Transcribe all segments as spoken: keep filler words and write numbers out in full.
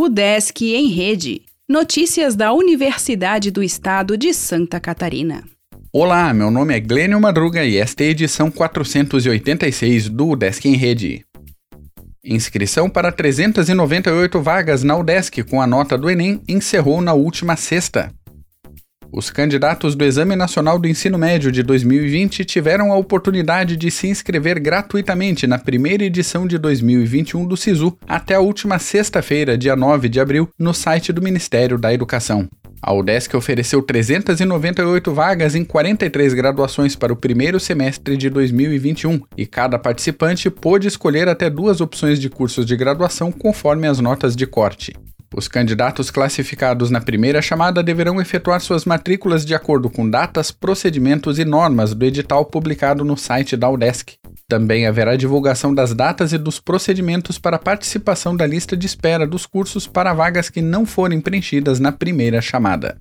UDESC em Rede. Notícias da Universidade do Estado de Santa Catarina. Olá, meu nome é Glênio Madruga e esta é a edição quatrocentos e oitenta e seis do UDESC em Rede. Inscrição para trezentas e noventa e oito vagas na UDESC com a nota do Enem encerrou na última sexta. Os candidatos do Exame Nacional do Ensino Médio de dois mil e vinte tiveram a oportunidade de se inscrever gratuitamente na primeira edição de dois mil e vinte e um do SISU até a última sexta-feira, dia nove de abril, no site do Ministério da Educação. A UDESC ofereceu trezentas e noventa e oito vagas em quarenta e três graduações para o primeiro semestre de dois mil e vinte e um e cada participante pôde escolher até duas opções de cursos de graduação conforme as notas de corte. Os candidatos classificados na primeira chamada deverão efetuar suas matrículas de acordo com datas, procedimentos e normas do edital publicado no site da UDESC. Também haverá divulgação das datas e dos procedimentos para participação da lista de espera dos cursos para vagas que não forem preenchidas na primeira chamada.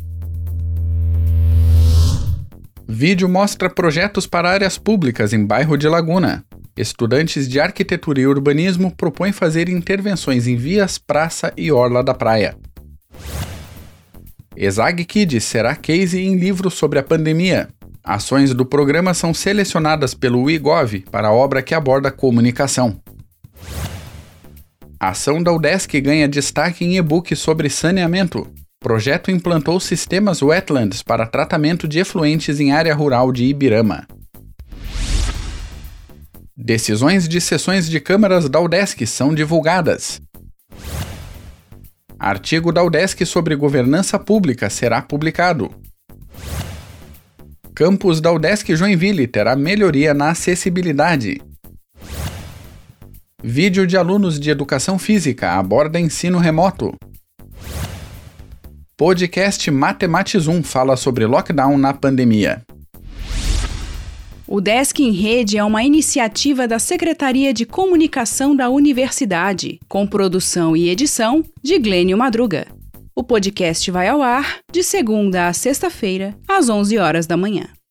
Vídeo mostra projetos para áreas públicas em bairro de Laguna. Estudantes de arquitetura e urbanismo propõem fazer intervenções em vias, praça e orla da praia. ESAG Kids será case em livro sobre a pandemia. Ações do programa são selecionadas pelo WeGov para a obra que aborda comunicação. A ação da UDESC ganha destaque em e-book sobre saneamento. Projeto implantou sistemas wetlands para tratamento de efluentes em área rural de Ibirama. Decisões de sessões de câmaras da UDESC são divulgadas. Artigo da UDESC sobre governança pública será publicado. Campus da UDESC Joinville terá melhoria na acessibilidade. Vídeo de alunos de educação física aborda ensino remoto. Podcast Matematizum fala sobre lockdown na pandemia. O UDESC em Rede é uma iniciativa da Secretaria de Comunicação da Universidade, com produção e edição de Glênio Madruga. O podcast vai ao ar de segunda a sexta-feira, às onze horas da manhã.